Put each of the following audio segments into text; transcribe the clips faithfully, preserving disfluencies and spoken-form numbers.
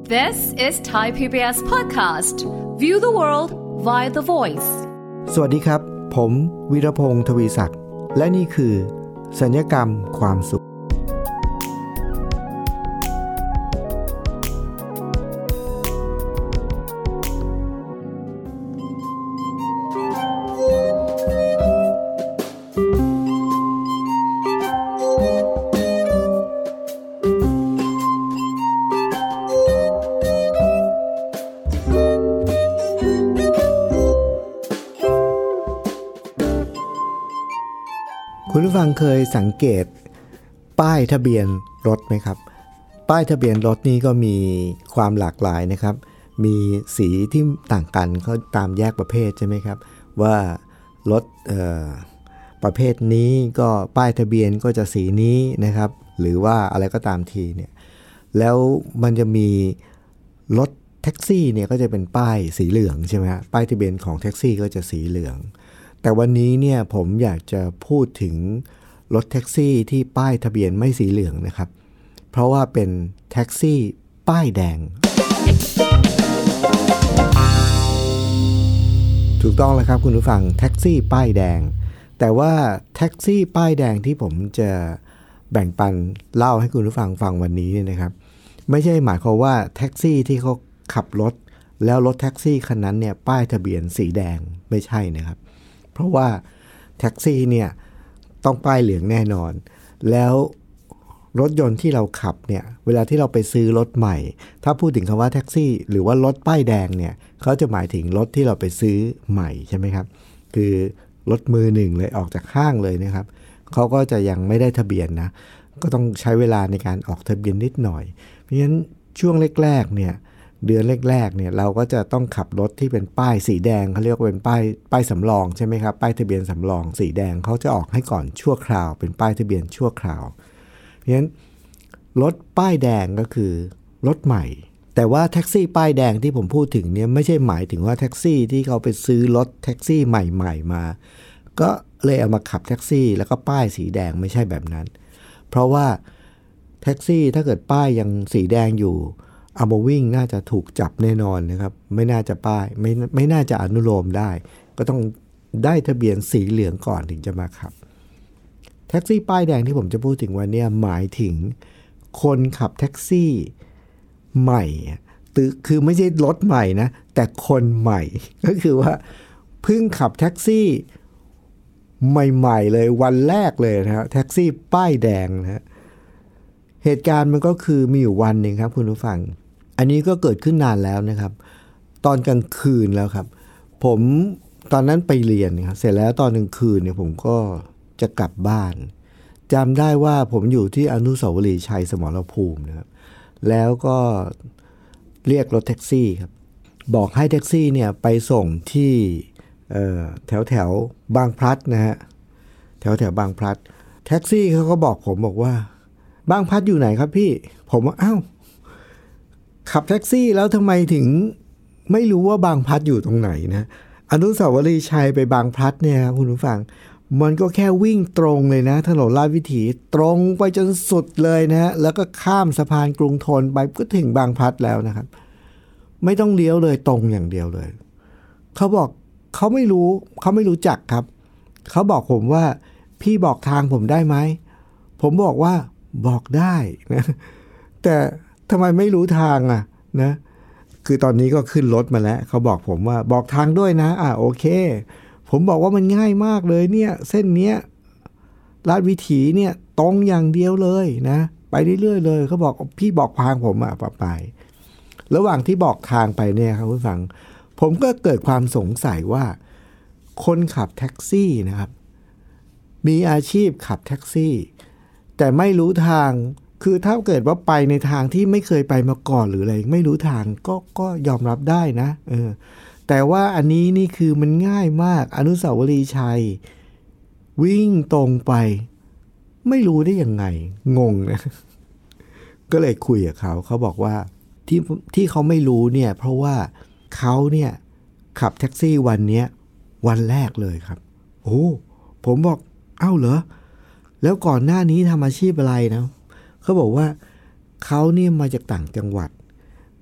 This is Thai พี บี เอส podcast. View the world via the voice. สวัสดีครับผมวีรพงศ์ทวีศักดิ์และนี่คือสัญญกรรมความสุขคุณผู้ฟังเคยสังเกตป้ายทะเบียนรถไหมครับป้ายทะเบียนรถนี่ก็มีความหลากหลายนะครับมีสีที่ต่างกันเขาตามแยกประเภทใช่ไหมครับว่ารถเอ่อประเภทนี้ก็ป้ายทะเบียนก็จะสีนี้นะครับหรือว่าอะไรก็ตามทีเนี่ยแล้วมันจะมีรถแท็กซี่เนี่ยก็จะเป็นป้ายสีเหลืองใช่ไหมครับป้ายทะเบียนของแท็กซี่ก็จะสีเหลืองแต่วันนี้เนี่ยผมอยากจะพูดถึงรถแท็กซี่ที่ป้ายทะเบียนไม่สีเหลืองนะครับเพราะว่าเป็นแท็กซี่ป้ายแดงถูกต้องแล้วครับคุณผู้ฟังแท็กซี่ป้ายแดงแต่ว่าแท็กซี่ป้ายแดงที่ผมจะแบ่งปันเล่าให้คุณผู้ฟังฟังวันนี้เนี่ยนะครับไม่ใช่หมายความว่าแท็กซี่ที่เขาขับรถแล้วรถแท็กซี่คันนั้นเนี่ยป้ายทะเบียนสีแดงไม่ใช่นะครับเพราะว่าแท็กซี่เนี่ยต้องป้ายเหลืองแน่นอนแล้วรถยนต์ที่เราขับเนี่ยเวลาที่เราไปซื้อรถใหม่ถ้าพูดถึงคำว่าแท็กซี่หรือว่ารถป้ายแดงเนี่ยเขาจะหมายถึงรถที่เราไปซื้อใหม่ใช่ไหมครับคือรถมือหนึ่งเลยออกจากห้างเลยนะครับเขาก็จะยังไม่ได้ทะเบียนนะก็ต้องใช้เวลาในการออกทะเบียนนิดหน่อยเพราะฉะนั้นช่วงแรกๆเนี่ยเดือนแรกๆเนี่ยเราก็จะต้องขับรถที่เป็นป้ายสีแดงเขาเรียกว่าเป็นป้ายป้ายสำรองใช่ไหมครับป้ายทะเบียนสำรองสีแดงเขาจะออกให้ก่อนชั่วคราวเป็นป้ายทะเบียนชั่วคราวเพราะฉะนั้นรถป้ายแดงก็คือรถใหม่แต่ว่าแท็กซี่ป้ายแดงที่ผมพูดถึงเนี่ยไม่ใช่หมายถึงว่าแท็กซี่ที่เขาไปซื้อรถแท็กซี่ใหม่ๆมาก็เลยเอามาขับแท็กซี่แล้วก็ป้ายสีแดงไม่ใช่แบบนั้นเพราะว่าแท็กซี่ถ้าเกิดป้ายยังสีแดงอยู่เอามาวิ่งน่าจะถูกจับแน่นอนนะครับไม่น่าจะป้ายไม่ไม่น่าจะอนุโลมได้ก็ต้องได้ทะเบียนสีเหลืองก่อนถึงจะมาขับแท็กซี่ป้ายแดงที่ผมจะพูดถึงวันนี้หมายถึงคนขับแท็กซี่ใหม่คือไม่ใช่รถใหม่นะแต่คนใหม่ก็คือว่าเพิ่งขับแท็กซี่ใหม่ๆเลยวันแรกเลยนะฮะแท็กซี่ป้ายแดงนะฮะเหตุการณ์มันก็คือมีอยู่วันหนึ่งครับคุณผู้ฟังอันนี้ก็เกิดขึ้นนานแล้วนะครับตอนกลางคืนแล้วครับผมตอนนั้นไปเรียนครับเสร็จแล้วตอนกลางคืนเนี่ยผมก็จะกลับบ้านจำได้ว่าผมอยู่ที่อนุสาวรีย์ชัยสมรภูมินะครับแล้วก็เรียกรถแท็กซี่ครับบอกให้แท็กซี่เนี่ยไปส่งที่แถวแถวบางพลัดนะฮะแถวแถวบางพลัดแท็กซี่เขาก็บอกผมบอกว่าบางพลัดอยู่ไหนครับพี่ผมว่าอ้าวขับแท็กซี่แล้วทำไมถึงไม่รู้ว่าบางพลัดอยู่ตรงไหนนะอนุสาวรีย์ชัยไปบางพลัดเนี่ยคุณผู้ฟังมันก็แค่วิ่งตรงเลยนะถนนลาดวิถีตรงไปจนสุดเลยนะแล้วก็ข้ามสะพานกรุงธนไปก็ถึงบางพลัดแล้วนะครับไม่ต้องเลี้ยวเลยตรงอย่างเดียวเลยเขาบอกเขาไม่รู้เขาไม่รู้จักครับเขาบอกผมว่าพี่บอกทางผมได้ไหมผมบอกว่าบอกได้นะแต่ทำไมไม่รู้ทางอ่ะนะคือตอนนี้ก็ขึ้นรถมาแล้วเขาบอกผมว่าบอกทางด้วยนะอ่ะโอเคผมบอกว่ามันง่ายมากเลยเนี่ยเส้นเนี้ยลาดวิถีเนี่ยตรงอย่างเดียวเลยนะไปเรื่อยๆเลยเขาบอกพี่บอกทางผมอ่ะไประหว่างที่บอกทางไปเนี่ยครับคุณฟังผมก็เกิดความสงสัยว่าคนขับแท็กซี่นะครับมีอาชีพขับแท็กซี่แต่ไม่รู้ทางคือถ้าเกิดว่าไปในทางที่ไม่เคยไปมาก่อนหรืออะไรไม่รู้ทางก็ก็ยอมรับได้นะเออแต่ว่าอันนี้นี่คือมันง่ายมากอนุสาวรีย์ชัยวิ่งตรงไปไม่รู้ได้ยังไงงงนะก็เลยคุยกับเขาเขาบอกว่าที่ที่เขาไม่รู้เนี่ยเพราะว่าเขาเนี่ยขับแท็กซี่วันเนี้ยวันแรกเลยครับโอ้ผมบอกเอ้าเหรอแล้วก่อนหน้านี้ทำอาชีพอะไรนะเขาบอกว่าเขาเนี่ยมาจากต่างจังหวัด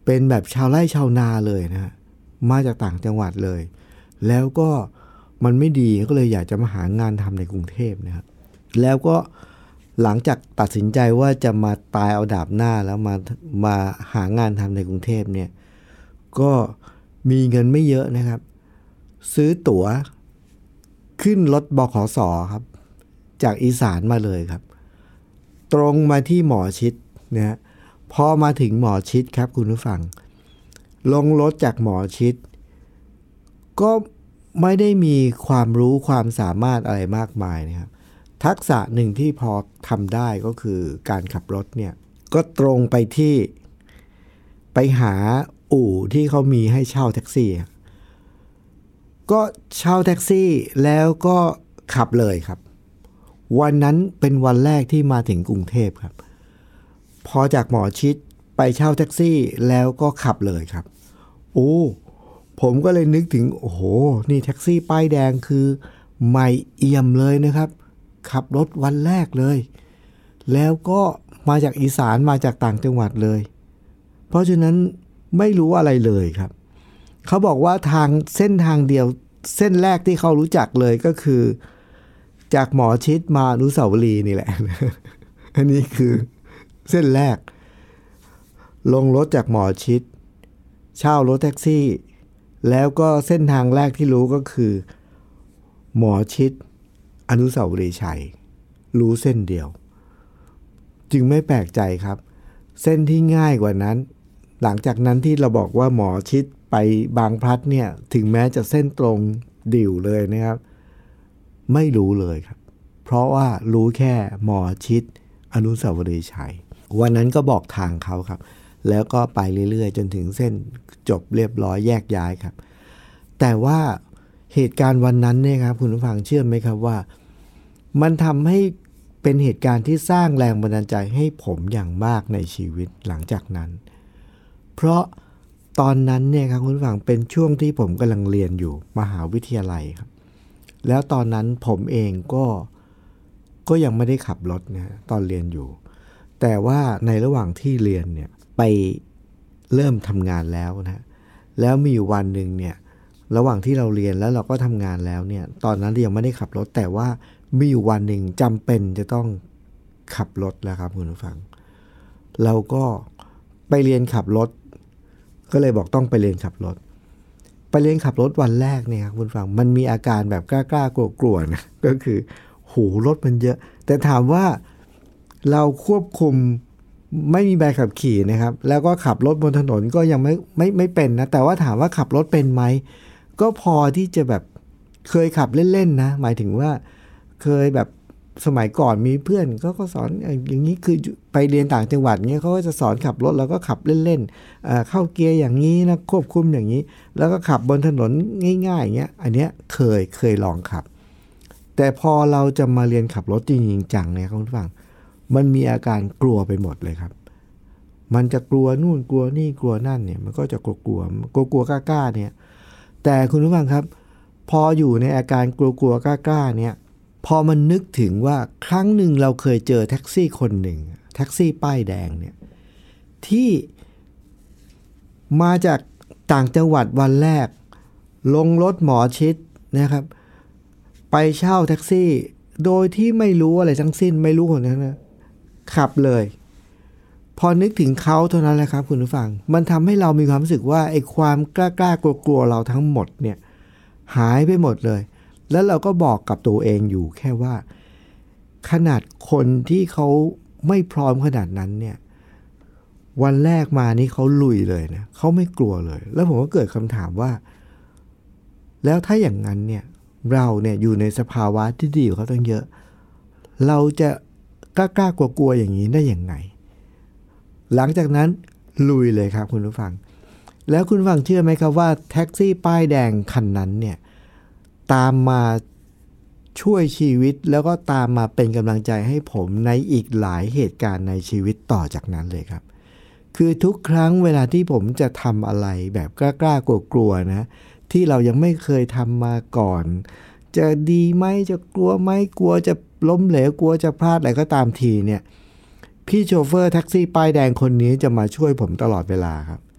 เป็นแบบชาวไร่ชาวนาเลยนะฮะมาจากต่างจังหวัดเลยแล้วก็มันไม่ดีก็เลยอยากจะมาหางานทำในกรุงเทพนะครับแล้วก็หลังจากตัดสินใจว่าจะมาตายเอาดาบหน้าแล้วมามาหางานทำในกรุงเทพเนี่ยก็มีเงินไม่เยอะนะครับซื้อตั๋วขึ้นรถบขส.ครับจากอีสานมาเลยครับตรงมาที่หมอชิดนะฮะพอมาถึงหมอชิดครับคุณผู้ฟังลงรถจากหมอชิดก็ไม่ได้มีความรู้ความสามารถอะไรมากมายนะครับทักษะหนึ่งที่พอทำได้ก็คือการขับรถเนี่ยก็ตรงไปที่ไปหาอู่ที่เขามีให้เช่าแท็กซี่ก็เช่าแท็กซี่แล้วก็ขับเลยครับวันนั้นเป็นวันแรกที่มาถึงกรุงเทพครับพอจากหมอชิดไปเช่าแท็กซี่แล้วก็ขับเลยครับโอ้ผมก็เลยนึกถึงโอ้โหนี่แท็กซี่ป้ายแดงคือใหม่เอี่ยมเลยนะครับขับรถวันแรกเลยแล้วก็มาจากอีสานมาจากต่างจังหวัดเลยเพราะฉะนั้นไม่รู้อะไรเลยครับเขาบอกว่าทางเส้นทางเดียวเส้นแรกที่เขารู้จักเลยก็คือจากหมอชิดมาอนุสาวรีย์นี่แหละ อันนี้คือเส้นแรกลงรถจากหมอชิดเช่ารถแท็กซี่แล้วก็เส้นทางแรกที่รู้ก็คือหมอชิดอนุสาวรีย์ชัยรู้เส้นเดียวจึงไม่แปลกใจครับเส้นที่ง่ายกว่านั้นหลังจากนั้นที่เราบอกว่าหมอชิดไปบางพลัดเนี่ยถึงแม้จะเส้นตรงดิ่วเลยนะครับไม่รู้เลยครับเพราะว่ารู้แค่หมอชิดอนุสาวรีย์ชัยวันนั้นก็บอกทางเขาครับแล้วก็ไปเรื่อยๆจนถึงเส้นจบเรียบร้อยแยกย้ายครับแต่ว่าเหตุการณ์วันนั้นเนี่ยครับคุณผู้ฟังเชื่อไหมครับว่ามันทำให้เป็นเหตุการณ์ที่สร้างแรงบันดาลใจให้ผมอย่างมากในชีวิตหลังจากนั้นเพราะตอนนั้นเนี่ยครับคุณผู้ฟังเป็นช่วงที่ผมกำลังเรียนอยู่มหาวิทยาลัยครับแล้วตอนนั้นผมเองก็ก็ยังไม่ได้ขับรถนะตอนเรียนอยู่แต่ว่าในระหว่างที่เรียนเนี่ยไปเริ่มทำงานแล้วนะแล้วมีอยู่วันหนึ่งเนี่ยระหว่างที่เราเรียนแล้วเราก็ทำงานแล้วเนี่ยตอนนั้นยังไม่ได้ขับรถแต่ว่ามีอยู่วันหนึ่งจำเป็นจะต้องขับรถแล้วครับคุณผู้ฟังเราก็ไปเรียนขับรถก็เลยบอกต้องไปเรียนขับรถไปเรียนขับรถวันแรกเนี่ยครับคุณผู้ฟังมันมีอาการแบบกล้าๆกลัวๆนะก็คือโหรถมันเยอะแต่ถามว่าเราควบคุมไม่มีใบขับขี่นะครับแล้วก็ขับรถบนถนนก็ยังไม่ไม่ไม่เป็นนะแต่ว่าถามว่าขับรถเป็นไหมก็พอที่จะแบบเคยขับเล่นๆนะหมายถึงว่าเคยแบบสมัยก่อนมีเพื่อนก็ก็สอนอย่างนี้คือไปเรียนต่างจังหวัดเงี้ยเขาก็จะสอนขับรถแล้วก็ขับเล่นๆ เอ่อ เข้าเกียร์อย่างนี้นะควบคุมอย่างนี้แล้วก็ขับบนถนนง่ายๆอย่างเงี้ยอันเนี้ยเคยเคยลองขับแต่พอเราจะมาเรียนขับรถจริงๆจังเนี่ยคุณผู้ฟังมันมีอาการกลัวไปหมดเลยครับมันจะกลัวนู่นกลัวนี่กลัวนั่นเนี่ยมันก็จะกลัวกลัวกลัวกลัวกล้าๆเนี่ยแต่คุณผู้ฟังครับพออยู่ในอาการกลัวกลัวกล้าๆเนี่ยพอมันนึกถึงว่าครั้งหนึ่งเราเคยเจอแท็กซี่คนหนึ่งแท็กซี่ป้ายแดงเนี่ยที่มาจากต่างจังหวัดวันแรกลงรถหมอชิดนะครับไปเช่าแท็กซี่โดยที่ไม่รู้อะไรทั้งสิ้นไม่รู้คนนั้นนะขับเลยพอนึกถึงเขาเท่านั้นแหละครับคุณผู้ฟังมันทำให้เรามีความรู้สึกว่าไอ้ความกล้าๆกลัวๆเราทั้งหมดเนี่ยหายไปหมดเลยแล้วเราก็บอกกับตัวเองอยู่แค่ว่าขนาดคนที่เขาไม่พร้อมขนาดนั้นเนี่ยวันแรกมานี่เขาลุยเลยนะเขาไม่กลัวเลยแล้วผมก็เกิดคำถามว่าแล้วถ้าอย่างนั้นเนี่ยเราเนี่ยอยู่ในสภาวะที่ดีกว่าเขาตั้งเยอะเราจะกล้ากลัวๆอย่างนี้ได้อย่างไงหลังจากนั้นลุยเลยครับคุณผู้ฟังแล้วคุณผู้ฟังเชื่อไหมครับว่าแท็กซี่ป้ายแดงคันนั้นเนี่ยตามมาช่วยชีวิตแล้วก็ตามมาเป็นกำลังใจให้ผมในอีกหลายเหตุการณ์ในชีวิตต่อจากนั้นเลยครับคือทุกครั้งเวลาที่ผมจะทำอะไรแบบกล้าๆกลัวๆนะที่เรายังไม่เคยทำมาก่อนจะดีไหมจะกลัวไหมกลัวจะล้มเหลวกลัวจะพลาดอะไรก็ตามทีเนี่ยพี่โชเฟอร์แท็กซี่ป้ายแดงคนนี้จะมาช่วยผมตลอดเวลาครับ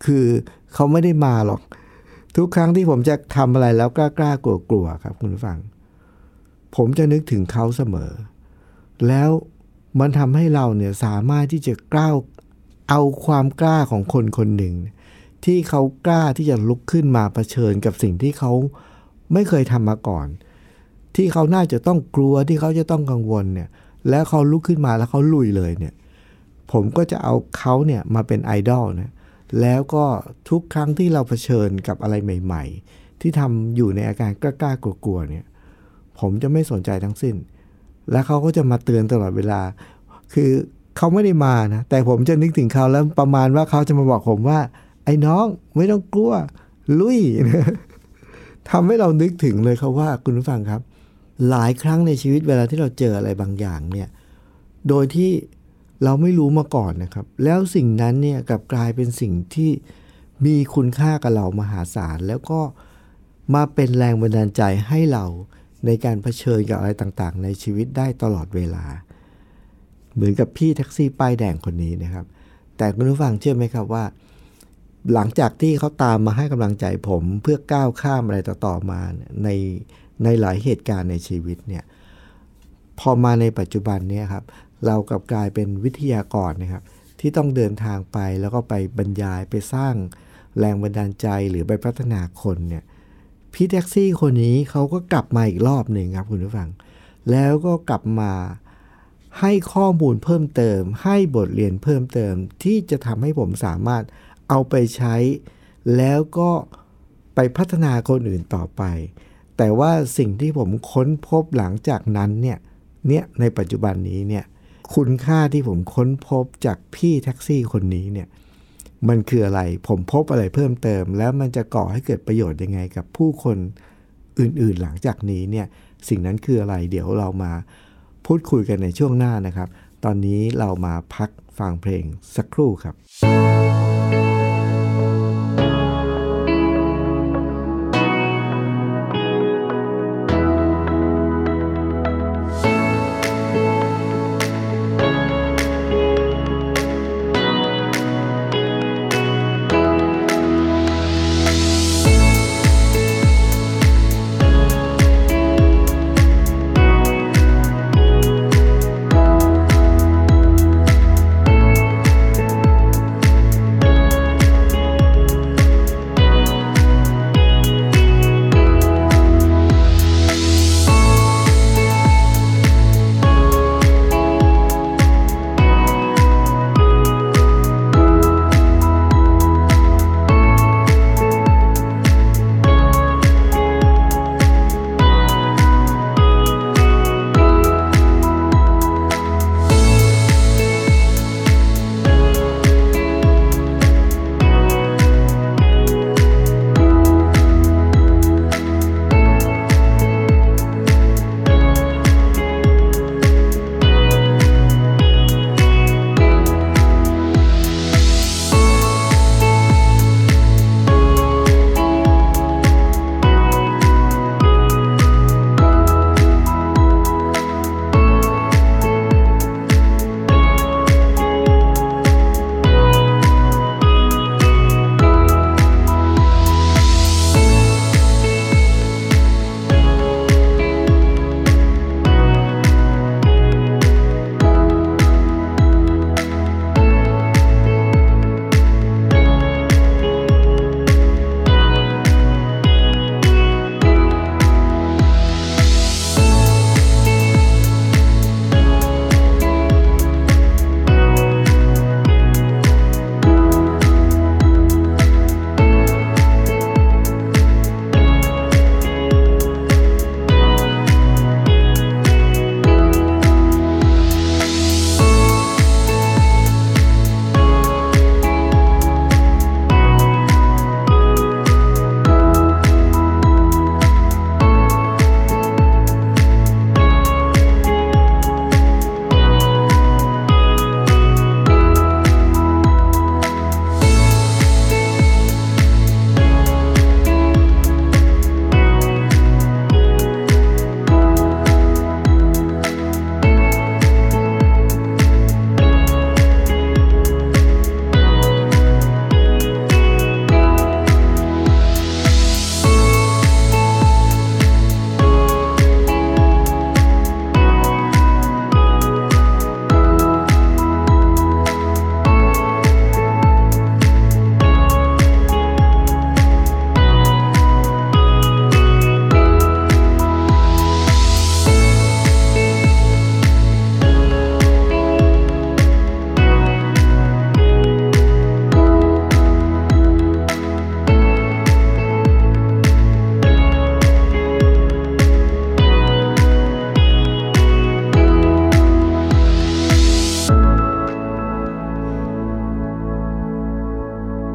คือเขาไม่ได้มาหรอกทุกครั้งที่ผมจะทำอะไรแล้วกล้าๆกลัวๆครับคุณผู้ฟังผมจะนึกถึงเขาเสมอแล้วมันทำให้เราเนี่ยสามารถที่จะกล้าเอาความกล้าของคนคนหนึ่งที่เขากล้าที่จะลุกขึ้นมาเผชิญกับสิ่งที่เขาไม่เคยทำมาก่อนที่เขาน่าจะต้องกลัวที่เขาจะต้องกังวลเนี่ยแล้วเขาลุกขึ้นมาแล้วเขาลุยเลยเนี่ยผมก็จะเอาเขาเนี่ยมาเป็นไอดอลนะแล้วก็ทุกครั้งที่เราเผชิญกับอะไรใหม่ๆที่ทำอยู่ในอาการกล้าๆกลัวๆเนี่ยผมจะไม่สนใจทั้งสิ้นและเขาก็จะมาเตือนตลอดเวลาคือเขาไม่ได้มานะแต่ผมจะนึกถึงเขาแล้วประมาณว่าเขาจะมาบอกผมว่าไอ้น้องไม่ต้องกลัวลุยนะทำให้เรานึกถึงเลยครับว่าคุณผู้ฟังครับหลายครั้งในชีวิตเวลาที่เราเจออะไรบางอย่างเนี่ยโดยที่เราไม่รู้มาก่อนนะครับแล้วสิ่งนั้นเนี่ยกลับกลายเป็นสิ่งที่มีคุณค่ากับเรามหาศาลแล้วก็มาเป็นแรงบันดาลใจให้เราในการเผชิญกับอะไรต่างๆในชีวิตได้ตลอดเวลาเหมือนกับพี่แท็กซี่ป้ายแดงคนนี้นะครับแต่คุณผู้ฟังเชื่อไหมครับว่าหลังจากที่เขาตามมาให้กำลังใจผมเพื่อก้าวข้ามอะไรต่อๆมาในในหลายเหตุการณ์ในชีวิตเนี่ยพอมาในปัจจุบันเนี่ยครับเรากลับกลายเป็นวิทยากรนะครับที่ต้องเดินทางไปแล้วก็ไปบรรยายไปสร้างแรงบันดาลใจหรือไปพัฒนาคนเนี่ยพี่แท็กซี่คนนี้เขาก็กลับมาอีกรอบหนึ่งครับคุณผู้ฟังแล้วก็กลับมาให้ข้อมูลเพิ่มเติมให้บทเรียนเพิ่มเติมที่จะทำให้ผมสามารถเอาไปใช้แล้วก็ไปพัฒนาคนอื่นต่อไปแต่ว่าสิ่งที่ผมค้นพบหลังจากนั้นเนี่ยเนี่ยในปัจจุบันนี้เนี่ยคุณค่าที่ผมค้นพบจากพี่แท็กซี่คนนี้เนี่ยมันคืออะไรผมพบอะไรเพิ่มเติมแล้วมันจะก่อให้เกิดประโยชน์ยังไงกับผู้คนอื่นๆหลังจากนี้เนี่ยสิ่งนั้นคืออะไรเดี๋ยวเรามาพูดคุยกันในช่วงหน้านะครับตอนนี้เรามาพักฟังเพลงสักครู่ครับ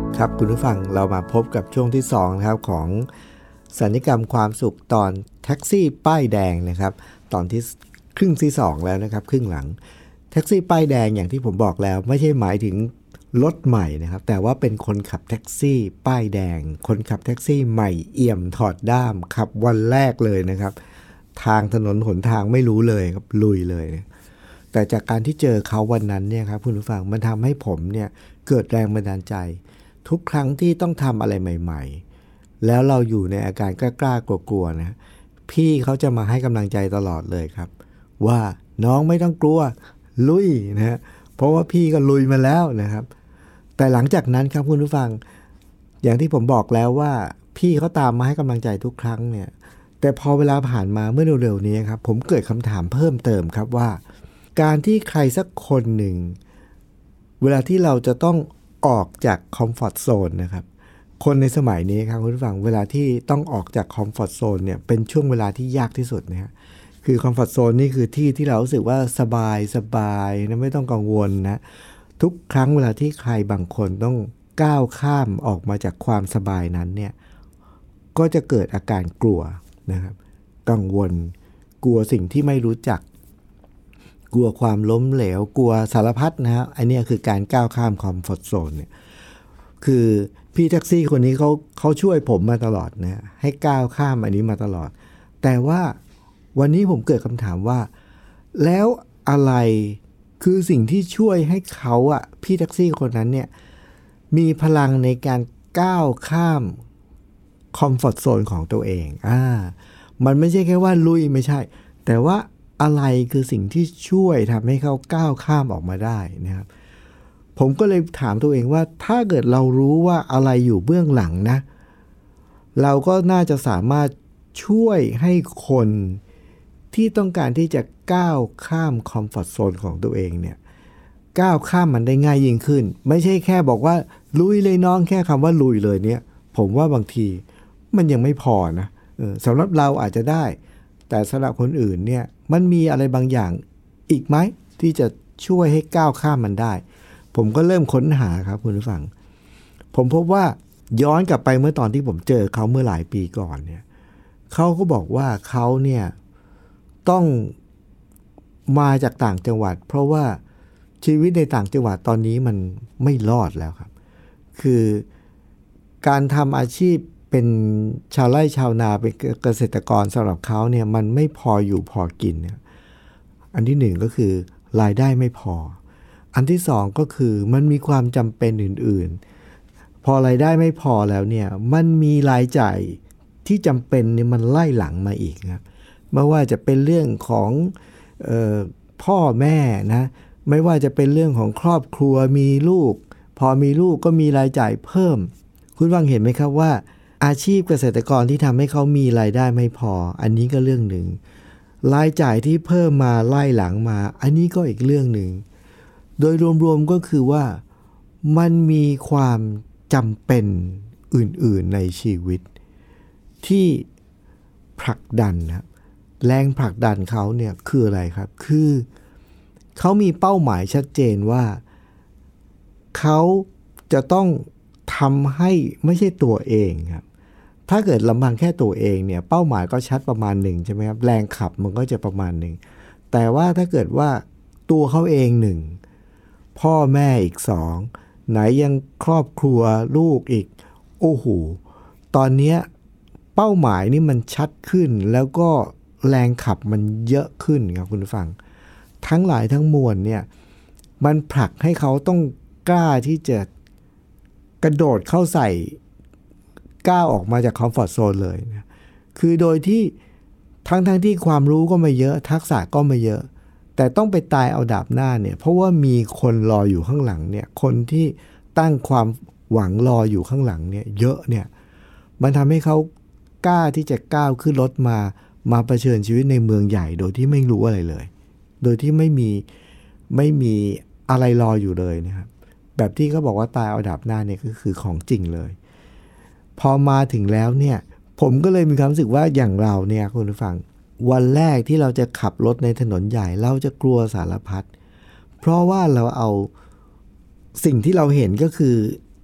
ครับคุณผู้ฟังเรามาพบกับช่วงที่สองนะครับของสัญญกรรมความสุขตอนแท็กซี่ป้ายแดงนะครับตอนที่ครึ่งที่สองแล้วนะครับครึ่งหลังแท็กซี่ป้ายแดงอย่างที่ผมบอกแล้วไม่ใช่หมายถึงรถใหม่นะครับแต่ว่าเป็นคนขับแท็กซี่ป้ายแดงคนขับแท็กซี่ใหม่เอี่ยมถอดด้ามขับวันแรกเลยนะครับทางถนนหนทางไม่รู้เลยครับลุยเลยแต่จากการที่เจอเขาวันนั้นเนี่ยครับคุณผู้ฟังมันทำให้ผมเนี่ยเกิดแรงบันดาลใจทุกครั้งที่ต้องทำอะไรใหม่ๆแล้วเราอยู่ในอาการกล้าๆกลัวๆนะพี่เขาจะมาให้กำลังใจตลอดเลยครับว่าน้องไม่ต้องกลัวลุยนะฮะเพราะว่าพี่ก็ลุยมาแล้วนะครับแต่หลังจากนั้นครับคุณผู้ฟังอย่างที่ผมบอกแล้วว่าพี่เขาตามมาให้กำลังใจทุกครั้งเนี่ยแต่พอเวลาผ่านมาเมื่อเร็วๆนี้ครับผมเกิดคำถามเพิ่มเติมครับว่าการที่ใครสักคนหนึ่งเวลาที่เราจะต้องออกจากคอมฟอร์ตโซนนะครับคนในสมัยนี้ครับคุณผู้ฟังเวลาที่ต้องออกจากคอมฟอร์ตโซนเนี่ยเป็นช่วงเวลาที่ยากที่สุดนะฮะคือคอมฟอร์ตโซนนี่คือที่ที่เรารู้สึกว่าสบายสบายนะไม่ต้องกังวลนะทุกครั้งเวลาที่ใครบางคนต้องก้าวข้ามออกมาจากความสบายนั้นเนี่ยก็จะเกิดอาการกลัวนะครับกังวลกลัวสิ่งที่ไม่รู้จักกลัวความล้มเหลวกลัวสารพัดนะฮะอันนี้คือการก้าวข้ามคอมฟอร์ตโซนเนี่ยคือพี่แท็กซี่คนนี้เขาเขาช่วยผมมาตลอดนะให้ก้าวข้ามอันนี้มาตลอดแต่ว่าวันนี้ผมเกิดคำถามว่าแล้วอะไรคือสิ่งที่ช่วยให้เขาอะพี่แท็กซี่คนนั้นเนี่ยมีพลังในการก้าวข้ามคอมฟอร์ตโซนของตัวเองอ่ามันไม่ใช่แค่ว่าลุยไม่ใช่แต่ว่าอะไรคือสิ่งที่ช่วยทำให้เขาก้าวข้ามออกมาได้นะครับผมก็เลยถามตัวเองว่าถ้าเกิดเรารู้ว่าอะไรอยู่เบื้องหลังนะเราก็น่าจะสามารถช่วยให้คนที่ต้องการที่จะก้าวข้ามคอมฟอร์ตโซนของตัวเองเนี่ยก้าวข้ามมันได้ง่ายยิ่งขึ้นไม่ใช่แค่บอกว่าลุยเลยน้องแค่คำว่าลุยเลยเนี่ยผมว่าบางทีมันยังไม่พอนะเออสำหรับเราอาจจะได้แต่สำหรับคนอื่นเนี่ยมันมีอะไรบางอย่างอีกไหมที่จะช่วยให้ก้าวข้ามมันได้ผมก็เริ่มค้นหาครับคุณผู้ฟังผมพบว่าย้อนกลับไปเมื่อตอนที่ผมเจอเขาเมื่อหลายปีก่อนเนี่ยเขาก็บอกว่าเขาเนี่ยต้องมาจากต่างจังหวัดเพราะว่าชีวิตในต่างจังหวัดตอนนี้มันไม่รอดแล้วครับคือการทำอาชีพเป็นชาวไร่ชาวนาเป็นเกษตรกรสำหรับเขาเนี่ยมันไม่พออยู่พอกินเนี่ยอันที่หนึ่งก็คือรายได้ไม่พออันที่สองก็คือมันมีความจำเป็นอื่นๆพอรายได้ไม่พอแล้วเนี่ยมันมีรายจ่ายที่จำเป็นเนี่ยมันไล่หลังมาอีกครับไม่ว่าจะเป็นเรื่องของเอ่อพ่อแม่นะไม่ว่าจะเป็นเรื่องของครอบครัวมีลูกพอมีลูกก็มีรายจ่ายเพิ่มคุณฟังเห็นไหมครับว่าอาชีพเกษตรกรที่ทำให้เขามีรายได้ไม่พออันนี้ก็เรื่องหนึ่งรายจ่ายที่เพิ่มมาไล่หลังมาอันนี้ก็อีกเรื่องหนึ่งโดยรวมๆก็คือว่ามันมีความจำเป็นอื่นๆในชีวิตที่ผลักดันนะแรงผลักดันเขาเนี่ยคืออะไรครับคือเขามีเป้าหมายชัดเจนว่าเขาจะต้องทำให้ไม่ใช่ตัวเองครับถ้าเกิดลำพังแค่ตัวเองเนี่ยเป้าหมายก็ชัดประมาณหนึ่งใช่ไหมครับแรงขับมันก็จะประมาณหนึ่งแต่ว่าถ้าเกิดว่าตัวเขาเองหนึ่งพ่อแม่อีกสองไหนยังครอบครัวลูกอีกโอ้โหตอนนี้เป้าหมายนี่มันชัดขึ้นแล้วก็แรงขับมันเยอะขึ้นครับคุณผู้ฟังทั้งหลายทั้งมวลเนี่ยมันผลักให้เขาต้องกล้าที่จะกระโดดเข้าใส่ก้าวออกมาจากคอมฟอร์ตโซนเลยนะคือโดยที่ทั้งทั้งที่ความรู้ก็ไม่เยอะทักษะก็ไม่เยอะแต่ต้องไปตายเอาดาบหน้าเนี่ยเพราะว่ามีคนรออยู่ข้างหลังเนี่ยคนที่ตั้งความหวังรออยู่ข้างหลังเนี่ยเยอะเนี่ยมันทำให้เขากล้าที่จะก้าวขึ้นรถมามาเผชิญชีวิตในเมืองใหญ่โดยที่ไม่รู้อะไรเลยโดยที่ไม่มีไม่มีอะไรรออยู่เลยนะครับแบบที่เขาบอกว่าตายเอาดาบหน้าเนี่ยก็คือของจริงเลยพอมาถึงแล้วเนี่ยผมก็เลยมีความรู้สึกว่าอย่างเราเนี่ยคุณผู้ฟังวันแรกที่เราจะขับรถในถนนใหญ่เราจะกลัวสารพัดเพราะว่าเราเอาสิ่งที่เราเห็นก็คือ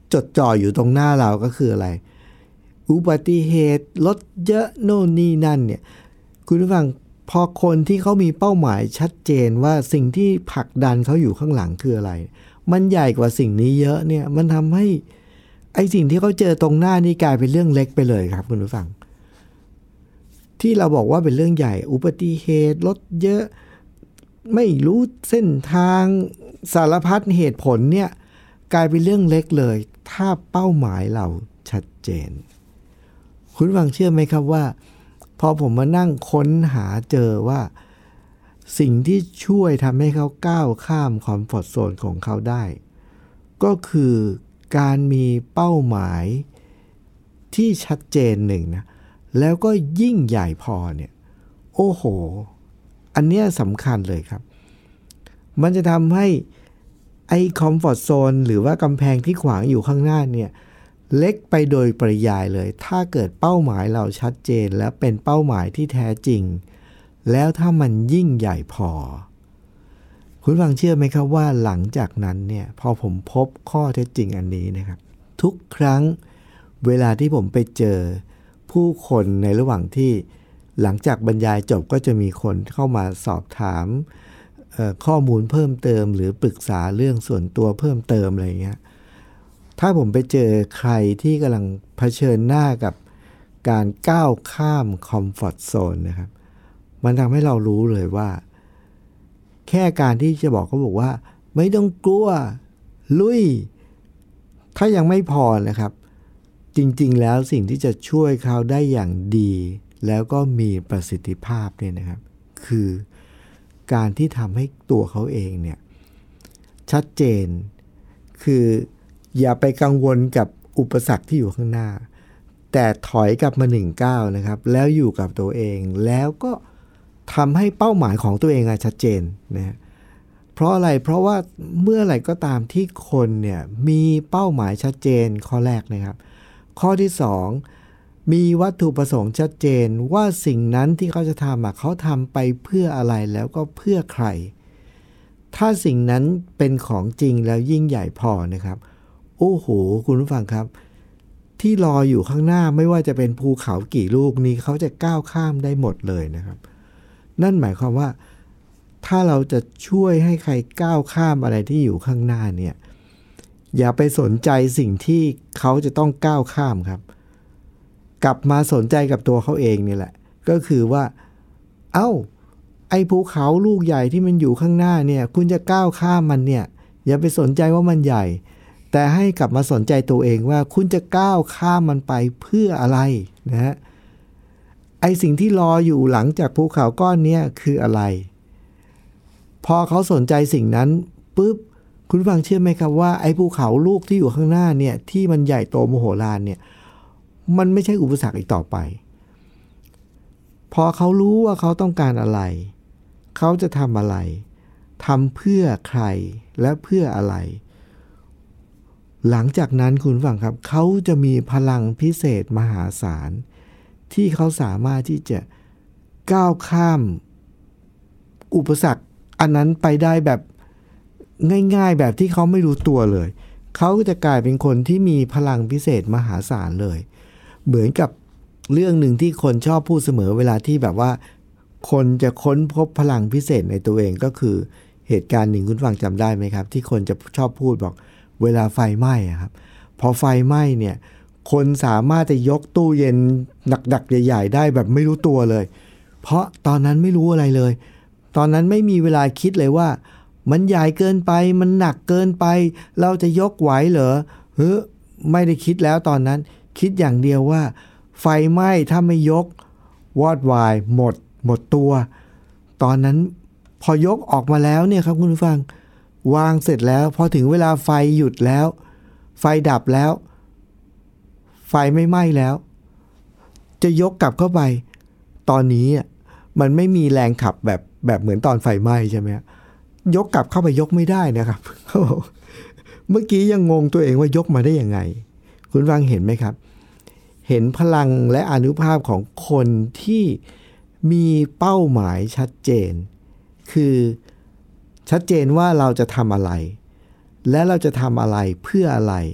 จดจ่ออยู่ตรงหน้าเราก็คืออะไรอุบัติเหตุรถเยอะโน่นนี่นั่นเนี่ยคุณผู้ฟังพอคนที่เขามีเป้าหมายชัดเจนว่าสิ่งที่ผลักดันเขาอยู่ข้างหลังคืออะไรมันใหญ่กว่าสิ่งนี้เยอะเนี่ยมันทำให้ไอ้สิ่งที่เขาเจอตรงหน้านี่กลายเป็นเรื่องเล็กไปเลยครับคุณผู้ฟังที่เราบอกว่าเป็นเรื่องใหญ่อุบัติเหตุรถเยอะไม่รู้เส้นทางสารพัดเหตุผลเนี่ยกลายเป็นเรื่องเล็กเลยถ้าเป้าหมายเราชัดเจนคุณฟังเชื่อไหมครับว่าพอผมมานั่งค้นหาเจอว่าสิ่งที่ช่วยทำให้เขาก้าวข้ามคอมฟอร์ตโซนของเขาได้ก็คือการมีเป้าหมายที่ชัดเจนหนึ่งนะแล้วก็ยิ่งใหญ่พอเนี่ยโอ้โหอันเนี้ยสำคัญเลยครับมันจะทำให้ไอ้คอมฟอร์ตโซนหรือว่ากำแพงที่ขวางอยู่ข้างหน้าเนี่ยเล็กไปโดยปริยายเลยถ้าเกิดเป้าหมายเราชัดเจนและเป็นเป้าหมายที่แท้จริงแล้วถ้ามันยิ่งใหญ่พอคุณฟังเชื่อไหมครับว่าหลังจากนั้นเนี่ยพอผมพบข้อเท็จจริงอันนี้นะครับทุกครั้งเวลาที่ผมไปเจอผู้คนในระหว่างที่หลังจากบรรยายจบก็จะมีคนเข้ามาสอบถามข้อมูลเพิ่มเติมหรือปรึกษาเรื่องส่วนตัวเพิ่มเติมอะไรเงี้ยถ้าผมไปเจอใครที่กำลังเผชิญหน้ากับการก้าวข้ามคอมฟอร์ตโซนนะครับมันทำให้เรารู้เลยว่าแค่การที่จะบอกเขาบอกว่าไม่ต้องกลัวลุยถ้ายังไม่พอนะครับจริงๆแล้วสิ่งที่จะช่วยเขาได้อย่างดีแล้วก็มีประสิทธิภาพเนี่ยนะครับคือการที่ทำให้ตัวเขาเองเนี่ยชัดเจนคืออย่าไปกังวลกับอุปสรรคที่อยู่ข้างหน้าแต่ถอยกลับมาหนึ่งก้าวนะครับแล้วอยู่กับตัวเองแล้วก็ทำให้เป้าหมายของตัวเองชัดเจนนะเพราะอะไรเพราะว่าเมื่อไหร่ก็ตามที่คนเนี่ยมีเป้าหมายชัดเจนข้อแรกนะครับข้อที่สองมีวัตถุประสงค์ชัดเจนว่าสิ่งนั้นที่เขาจะทำเขาทำไปเพื่ออะไรแล้วก็เพื่อใครถ้าสิ่งนั้นเป็นของจริงแล้วยิ่งใหญ่พอนะครับโอ้โหคุณผู้ฟังครับที่รออยู่ข้างหน้าไม่ว่าจะเป็นภูเขากี่ลูกนี้เขาจะก้าวข้ามได้หมดเลยนะครับนั่นหมายความว่าถ้าเราจะช่วยให้ใครก้าวข้ามอะไรที่อยู่ข้างหน้าเนี่ยอย่าไปสนใจสิ่งที่เขาจะต้องก้าวข้ามครับกลับมาสนใจกับตัวเขาเองนี่แหละก็คือว่าเอ้าไอ้ภูเขาลูกใหญ่ที่มันอยู่ข้างหน้าเนี่ยคุณจะก้าวข้ามมันเนี่ยอย่าไปสนใจว่ามันใหญ่แต่ให้กลับมาสนใจตัวเองว่าคุณจะก้าวข้ามมันไปเพื่ออะไรนะฮะไอ้สิ่งที่รออยู่หลังจากภูเขาก้อนนี้คืออะไรพอเขาสนใจสิ่งนั้นปุ๊บคุณฟังเชื่อไหมครับว่าไอ้ภูเขาลูกที่อยู่ข้างหน้าเนี่ยที่มันใหญ่โตมโหฬารเนี่ยมันไม่ใช่อุปสรรคอีกต่อไปพอเขารู้ว่าเขาต้องการอะไรเขาจะทำอะไรทำเพื่อใครและเพื่ออะไรหลังจากนั้นคุณฟังครับเขาจะมีพลังพิเศษมหาศาลที่เขาสามารถที่จะก้าวข้ามอุปสรรคอันนั้นไปได้แบบง่ายๆแบบที่เขาไม่รู้ตัวเลยเขาจะกลายเป็นคนที่มีพลังพิเศษมหาศาลเลยเหมือนกับเรื่องหนึ่งที่คนชอบพูดเสมอเวลาที่แบบว่าคนจะค้นพบพลังพิเศษในตัวเองก็คือเหตุการณ์หนึ่งคุณฟังจำได้ไหมครับที่คนจะชอบพูดบอกเวลาไฟไหม้ครับพอไฟไหม้เนี่ยคนสามารถจะยกตู้เย็นหนักๆใหญ่ๆได้แบบไม่รู้ตัวเลยเพราะตอนนั้นไม่รู้อะไรเลยตอนนั้นไม่มีเวลาคิดเลยว่ามันใหญ่เกินไปมันหนักเกินไปเราจะยกไหวเหรอเฮ้ยไม่ได้คิดแล้วตอนนั้นคิดอย่างเดียวว่าไฟไหม้ถ้าไม่ยกวอดวายหมดหมดตัวตอนนั้นพอยกออกมาแล้วเนี่ยครับคุณผู้ฟังวางเสร็จแล้วพอถึงเวลาไฟหยุดแล้วไฟดับแล้วไฟไม่ไหม้แล้วจะยกกลับเข้าไปตอนนี้มันไม่มีแรงขับแบบแบบเหมือนตอนไฟไหม้ใช่ไหมยกกลับเข้าไปยกไม่ได้นะครับ เมื่อกี้ยังงงตัวเองว่ายกมาได้ยังไงคุณฟังเห็นไหมครับเห็นพลังและอานุภาพของคนที่มีเป้าหมายชัดเจนคือชัดเจนว่าเราจะทำอะไรและเราจะทำอะไรเพื่ออะไร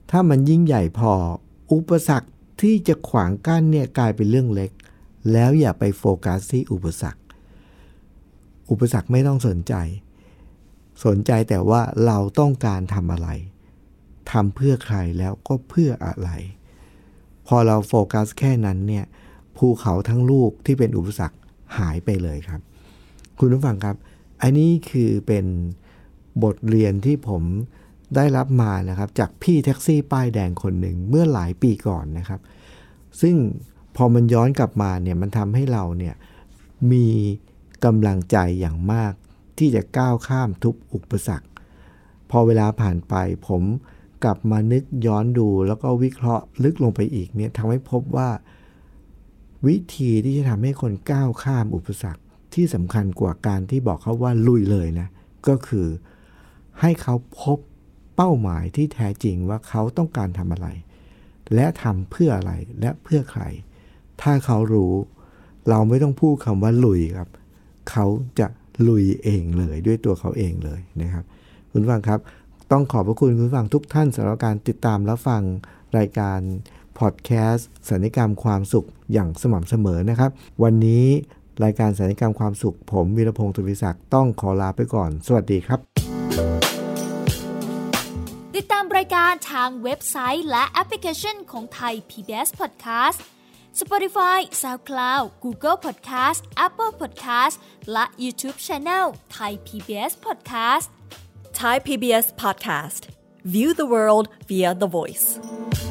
ถ้ามันยิ่งใหญ่พออุปสรรคที่จะขวางกั้นเนี่ยกลายเป็นเรื่องเล็กแล้วอย่าไปโฟกัสที่อุปสรรคอุปสรรคไม่ต้องสนใจสนใจแต่ว่าเราต้องการทำอะไรทำเพื่อใครแล้วก็เพื่ออะไรพอเราโฟกัสแค่นั้นเนี่ยภูเขาทั้งลูกที่เป็นอุปสรรคหายไปเลยครับคุณผู้ฟังครับอันนี้คือเป็นบทเรียนที่ผมได้รับมานะครับจากพี่แท็กซี่ป้ายแดงคนหนึ่งเมื่อหลายปีก่อนนะครับซึ่งพอมันย้อนกลับมาเนี่ยมันทำให้เราเนี่ยมีกำลังใจอย่างมากที่จะก้าวข้ามทุกอุปสรรคพอเวลาผ่านไปผมกลับมานึกย้อนดูแล้วก็วิเคราะห์ลึกลงไปอีกเนี่ยทำให้พบว่าวิธีที่จะทำให้คนก้าวข้ามอุปสรรคที่สำคัญกว่าการที่บอกเขาว่าลุยเลยนะก็คือให้เขาพบเป้าหมายที่แท้จริงว่าเขาต้องการทำอะไรและทำเพื่ออะไรและเพื่อใครถ้าเขารู้เราไม่ต้องพูดคำว่าลุยครับเขาจะลุยเองเลยด้วยตัวเขาเองเลยนะครับคุณผู้ฟังครับต้องขอบพระคุณคุณผู้ฟังทุกท่านสำหรับการติดตามและฟังรายการพอดแคสต์สัญญกรรมความสุขอย่างสม่ำเสมอนะครับวันนี้รายการสัญญกรรมความสุขผมวีรพงศ์ ตุลศักดิ์ต้องขอลาไปก่อนสวัสดีครับติดตามรายการทางเว็บไซต์และแอปพลิเคชันของไทย พี บี เอส Podcast Spotify, SoundCloud, Google Podcast, Apple Podcast และ YouTube Channel Thai พี บี เอส Podcast Thai พี บี เอส Podcast. View the world via the voice.